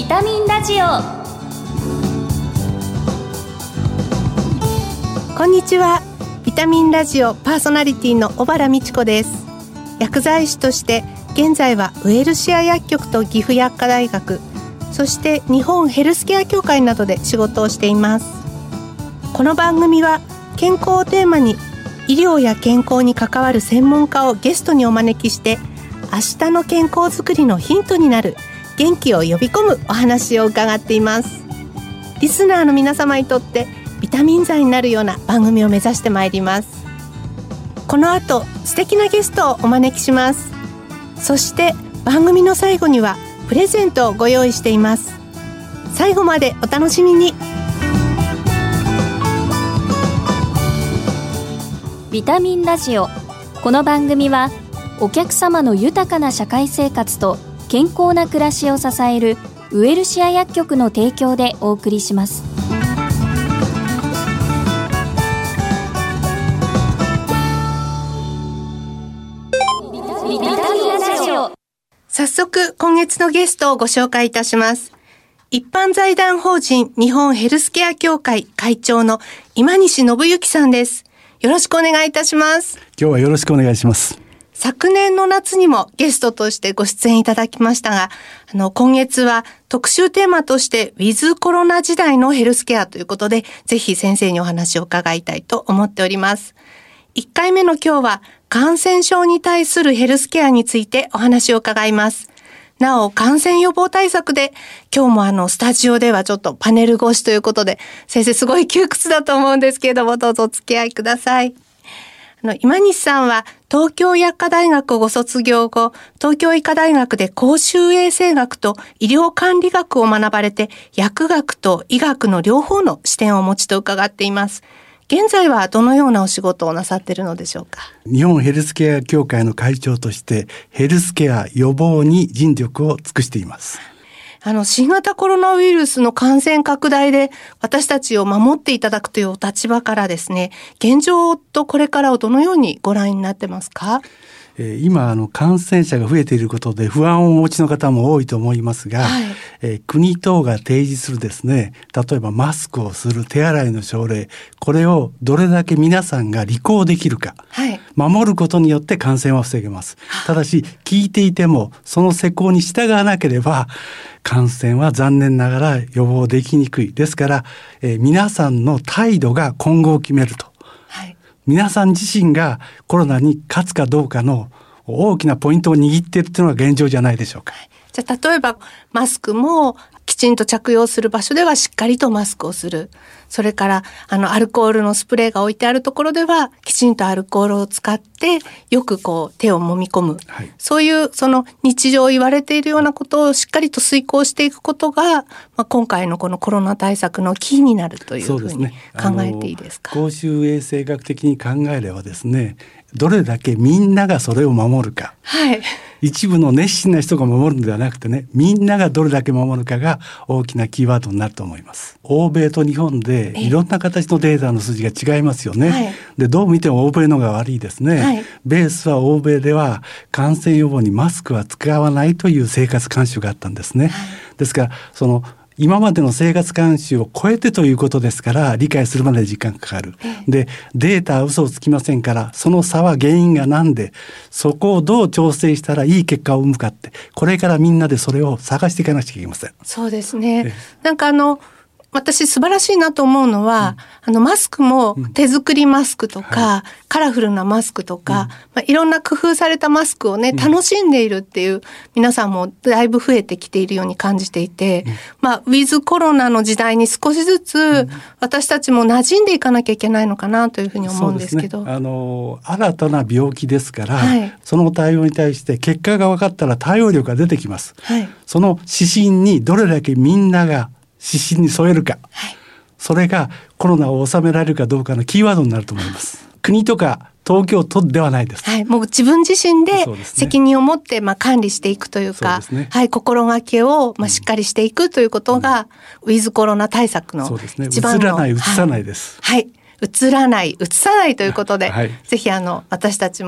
タミンラジオ。 こんにちは。ビタミンラジオパーソナリティの小原美智子です。薬剤師として現在はウエルシア薬局と岐阜薬科大学、そして日本ヘルスケア協会などで仕事をしています。この番組は健康をテーマに医療や健康に関わる専門家をゲストにお招きして、明日の健康づくりのヒントになる元気を呼び込むお話を伺っています。リスナーの皆様にとってビタミン剤になるような番組を目指してまいります。この後素敵なゲストをお招きします。そして番組の最後にはプレゼントをご用意しています。最後までお楽しみに。 ビタミンラジオ。この番組はお客様の豊かな社会生活と健康な暮らしを支えるウエルシア薬局の提供でお送りします。 早速今月のゲストをご紹介いたします。一般財団法人日本ヘルスケア協会会長の今西信之さんです。よろしくお願いいたします。 今日はよろしくお願いします。 昨年の夏にもゲストとしてご出演いただきましたが、今月は特集テーマとしてウィズコロナ時代のヘルスケアということで、ぜひ先生にお話を伺いたいと思っております。1回目の今日は感染症に対するヘルスケアについてお話を伺います。なお感染予防対策で今日もスタジオではちょっとパネル越しということで、先生すごい窮屈だと思うんですけれども、どうぞお付き合いください。今西さんは東京薬科大学をご卒業後、東京医科大学で公衆衛生学と医療管理学を学ばれて、薬学と医学の両方の視点をお持ちと伺っています。現在はどのようなお仕事をなさっているのでしょうか。 日本ヘルスケア協会の会長としてヘルスケア予防に尽力を尽くしています。 新型コロナウイルスの感染拡大で私たちを守っていただくというお立場からですね、現状とこれからをどのようにご覧になってますか？ 今感染者が増えていることで不安をお持ちの方も多いと思いますが、国等が提示するですね、例えばマスクをする、手洗いの奨励、これをどれだけ皆さんが履行できるか、守ることによって感染は防げます。ただし聞いていてもその施行に従わなければ感染は残念ながら予防できにくいですから、皆さんの態度が今後を決めると。皆さん自身がコロナに勝つかどうかの大きなポイントを握っているというのが現状じゃないでしょうか。 じゃあ例えばマスクもきちんと着用する場所ではしっかりとマスクをする。それからアルコールのスプレーが置いてあるところではきちんとアルコールを使ってよく手を揉み込む、そういう日常言われているようなことをしっかりと遂行していくことが、今回のこのコロナ対策のキーになるというふうに考えていいですか？ 公衆衛生学的に考えればですね、どれだけみんながそれを守るか、一部の熱心な人が守るのではなくてね、みんながどれだけ守るかが大きなキーワードになると思います。欧米と日本でいろんな形のデータの数字が違いますよね。でどう見ても欧米の方が悪いですね。ベースは欧米では感染予防にマスクは使わないという生活慣習があったんですね。ですから今までの生活慣習を超えてということですから、理解するまで時間かかる。でデータは嘘をつきませんから、その差は原因が何で、そこをどう調整したらいい結果を生むかって、これからみんなでそれを探していかなくちゃいけません。 そうですね。なんか私素晴らしいなと思うのは、マスクも手作りマスクとか、カラフルなマスクとか、いろんな工夫されたマスクをね、楽しんでいるっていう皆さんもだいぶ増えてきているように感じていて、ウィズコロナの時代に少しずつ私たちも馴染んでいかなきゃいけないのかなというふうに思うんですけど。 新たな病気ですから、その対応に対して結果が分かったら対応力が出てきます。その指針にどれだけみんなが指針に添えるか、それがコロナを収められるかどうかのキーワードになると思います。国とか東京都ではないです。 もう自分自身で責任を持って管理していくというか、心がけをしっかりしていくということが、ウィズコロナ対策の一番の、 うつらない、うつさないです。 うつらない、うつさないということで、ぜひ私たちも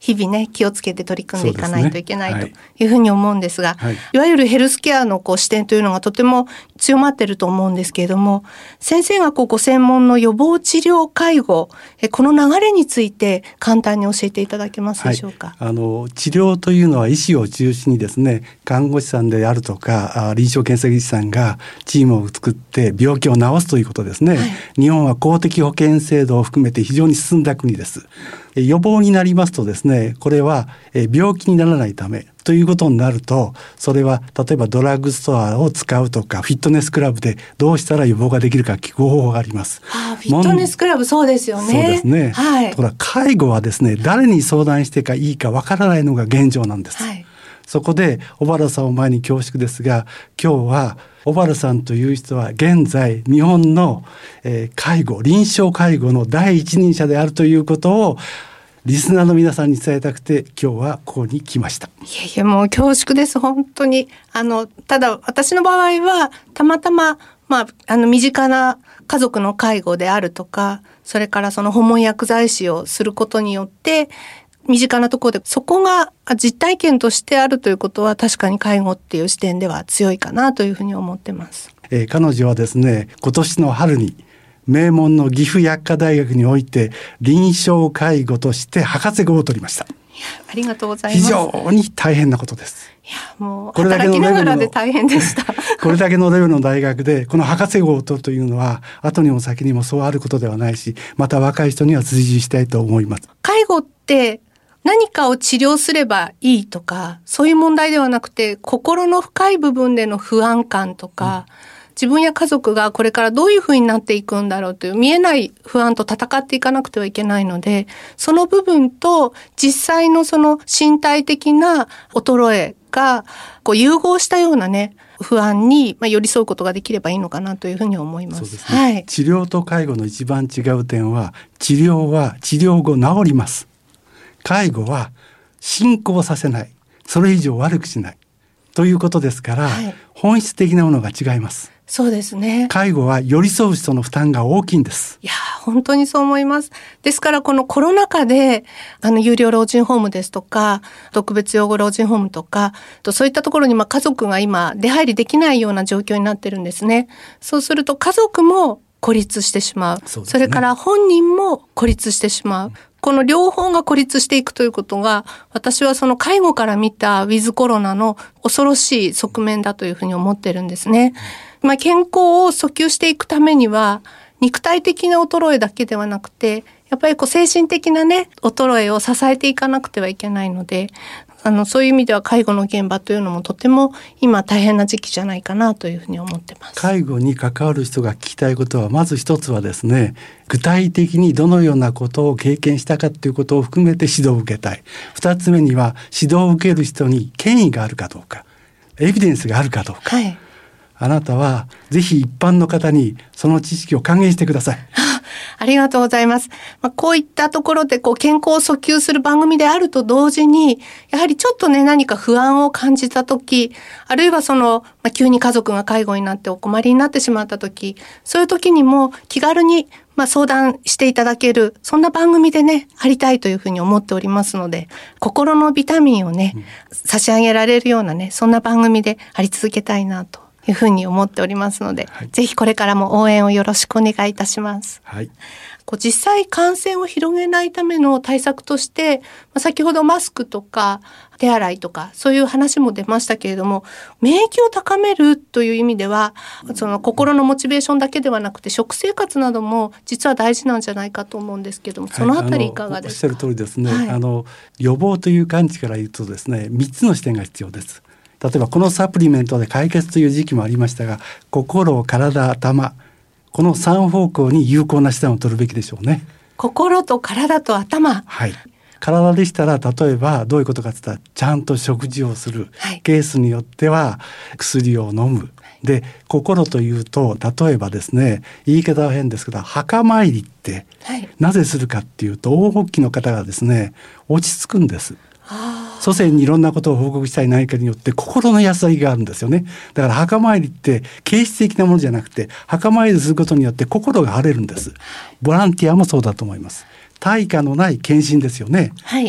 日々ね気をつけて取り組んでいかないといけないというふうに思うんですが、いわゆるヘルスケアの視点というのがとても強まっていると思うんですけれども、先生がご専門の予防治療介護、この流れについて簡単に教えていただけますでしょうか。 治療というのは医師を中心にですね、看護師さんであるとか臨床検査技師さんがチームを作って病気を治すということですね。日本は公的保険制度を含めて非常に進んだ国です。予防になりますとですね、これは病気にならないためということになると、それは例えばドラッグストアを使うとかフィットネスクラブでどうしたら予防ができるか聞く方法があります。 フィットネスクラブそうですよね。 そうですね。ところが介護はですね、誰に相談していいかわからないのが現状なんです。そこで小原さんを前に恐縮ですが、今日は小原さんという人は現在日本の介護、臨床介護の第一人者であるということをリスナーの皆さんに伝えたくて今日はここに来ました。 もう恐縮です本当に。ただ私の場合はたまたま身近な家族の介護であるとか、それからその訪問薬剤師をすることによって身近なところでそこが実体験としてあるということは確かに介護っていう視点では強いかなというふうに思ってます。 彼女はですね、今年の春に名門の岐阜薬科大学において臨床介護として博士号を取りました。 ありがとうございます。 非常に大変なことです。 もう働きながらで大変でしたこれだけのレベルの大学でこの博士号を取るというのは後にも先にもそうあることではないし、また若い人には追従したいと思います。 介護って何かを治療すればいいとかそういう問題ではなくて、心の深い部分での不安感とか、自分や家族がこれからどういうふうになっていくんだろうという見えない不安と戦っていかなくてはいけないので、その部分と実際のその身体的な衰えが融合したようなね不安に寄り添うことができればいいのかなというふうに思います。 そうですね。治療と介護の一番違う点は、治療は治療後治ります。介護は進行させない、それ以上悪くしないということですから、本質的なものが違います。 そうですね。 介護は寄り添う人の負担が大きいんです。 本当にそう思います。ですからこのコロナ禍で有料老人ホームですとか特別養護老人ホームとかそういったところに家族が今出入りできないような状況になってるんですね。そうすると家族も孤立してしまう。それから本人も孤立してしまう。この両方が孤立していくということが、私はその介護から見たウィズコロナの恐ろしい側面だというふうに思ってるんですね。健康を訴求していくためには、肉体的な衰えだけではなくて、やっぱり精神的なね、衰えを支えていかなくてはいけないので、そういう意味では介護の現場というのもとても今大変な時期じゃないかなというふうに思ってます。 介護に関わる人が聞きたいことは、まず一つはですね、具体的にどのようなことを経験したかということを含めて指導を受けたい。二つ目には指導を受ける人に権威があるかどうか、エビデンスがあるかどうか。あなたはぜひ一般の方にその知識を還元してください。 ありがとうございます。こういったところで健康を訴求する番組であると同時に、やはりちょっとね何か不安を感じたとき、あるいは急に家族が介護になってお困りになってしまったとき、そういうときにも気軽に相談していただける、そんな番組でねありたいというふうに思っておりますので、心のビタミンをね、差し上げられるようなね、そんな番組であり続けたいなというふうに思っておりますので、ぜひこれからも応援をよろしくお願いいたします。実際感染を広げないための対策として、先ほどマスクとか手洗いとかそういう話も出ましたけれども、免疫を高めるという意味ではその心のモチベーションだけではなくて食生活なども実は大事なんじゃないかと思うんですけども、そのあたりいかがですか？ おっしゃる通りですね。予防という観地から言うとですね、3つの視点が必要です。例えばこのサプリメントで解決という時期もありましたが、心、体、頭、この3方向に有効な手段を取るべきでしょうね。 心と体と頭。 体でしたら例えばどういうことかといったら、ちゃんと食事をする、ケースによっては薬を飲む。で、心というと例えばですね、言い方は変ですけど、墓参りって、なぜするかっていうと、大発起の方がですね落ち着くんです。祖先にいろんなことを報告したい何かによって心の安らぎがあるんですよね。だから墓参りって形式的なものじゃなくて、墓参りすることによって心が晴れるんです。ボランティアもそうだと思います。対価のない献身ですよね。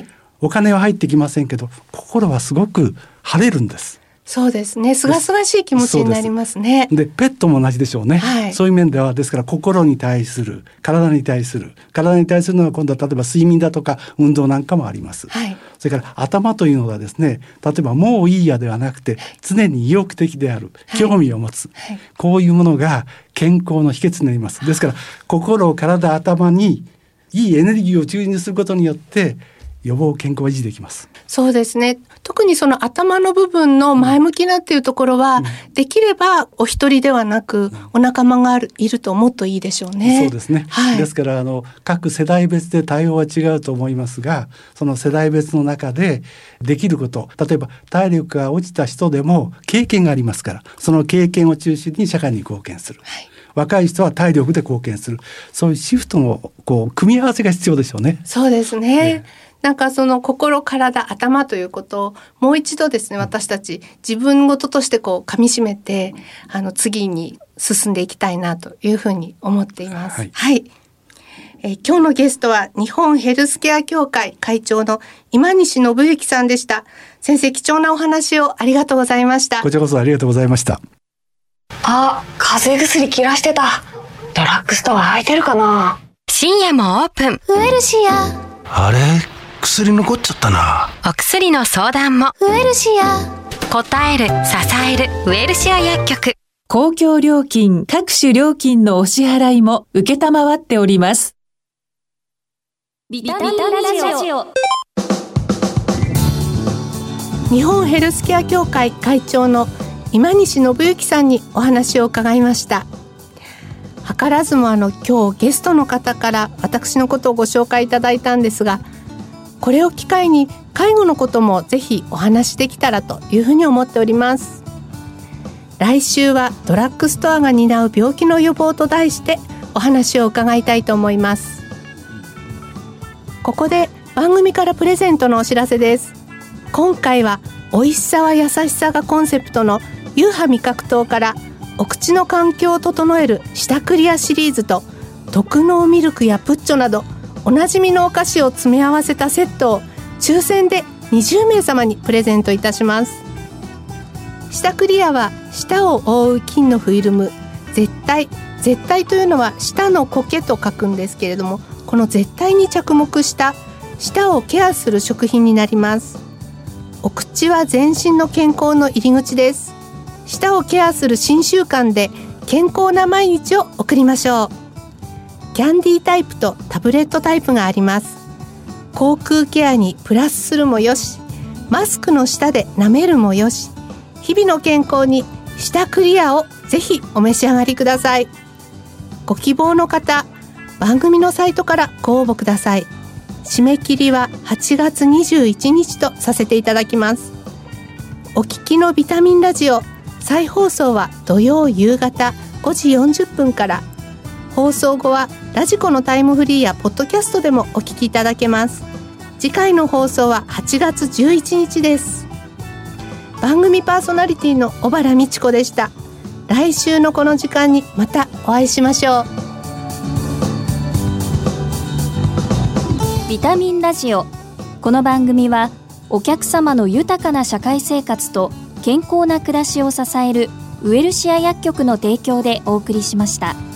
お金は入ってきませんけど心はすごく晴れるんです。 そうですね。すがすがしい気持ちになりますね。 でペットも同じでしょうね、 はい、 そういう面ではですから心に対する体に対するのは今度は例えば睡眠だとか運動なんかもあります、 はい、 それから頭というのはですね、例えばもういいやではなくて常に意欲的である、興味を持つ、はい、こういうものが健康の秘訣になります。ですから心、体、頭にいいエネルギーを注入することによって予防健康を維持できます。 そうですね。特にその頭の部分の前向きなっていうところは、できればお一人ではなく、お仲間がいるともっといいでしょうね。 そうですね、はい、ですから各世代別で対応は違うと思いますが、その世代別の中でできること、例えば体力が落ちた人でも経験がありますから、その経験を中心に社会に貢献する、はい、若い人は体力で貢献する、そういうシフトの組み合わせが必要でしょうね。 そうですね、なんかその心、体、頭ということをもう一度ですね、私たち自分事として噛み締めて次に進んでいきたいなというふうに思っています。はい、はい。今日のゲストは日本ヘルスケア協会会長の今西信之さんでした。先生、貴重なお話をありがとうございました。 こちらこそありがとうございました。 風邪薬切らしてた。ドラッグストア空いてるかな。 深夜もオープン。 ウエルシア。 あれ、薬残っちゃったな。 お薬の相談もウエルシア。 答える、支えるウエルシア薬局。 公共料金、各種料金のお支払いも受けたまわっております。 ビタミンラジオ。 日本ヘルスケア協会会長の今西信之さんにお話を伺いました。図らずも今日ゲストの方から私のことをご紹介いただいたんですが、これを機会に介護のこともぜひお話できたらというふうに思っております。来週はドラッグストアが担う病気の予防と題してお話を伺いたいと思います。ここで番組からプレゼントのお知らせです。今回は美味しさは優しさがコンセプトのユーハ味覚糖からお口の環境を整える舌クリアシリーズと特濃ミルクやプッチョなどおなじみのお菓子を詰め合わせたセットを抽選で20名様にプレゼントいたします。舌クリアは舌を覆う菌のフィルム、絶対というのは舌の苔と書くんですけれども、この絶対に着目した舌をケアする食品になります。お口は全身の健康の入り口です。舌をケアする新習慣で健康な毎日を送りましょう。キャンディータイプとタブレットタイプがあります。口腔ケアにプラスするもよし、マスクの下で舐めるもよし、日々の健康に舌クリアをぜひお召し上がりください。ご希望の方、番組のサイトからご応募ください。締め切りは8月21日とさせていただきます。お聞きのビタミンラジオ、再放送は土曜夕方5時40分から。放送後はラジコのタイムフリーやポッドキャストでもお聞きいただけます。次回の放送は8月11日です。番組パーソナリティの小原美智子でした。来週のこの時間にまたお会いしましょう。 ビタミンラジオ。この番組はお客様の豊かな社会生活と健康な暮らしを支えるウエルシア薬局の提供でお送りしました。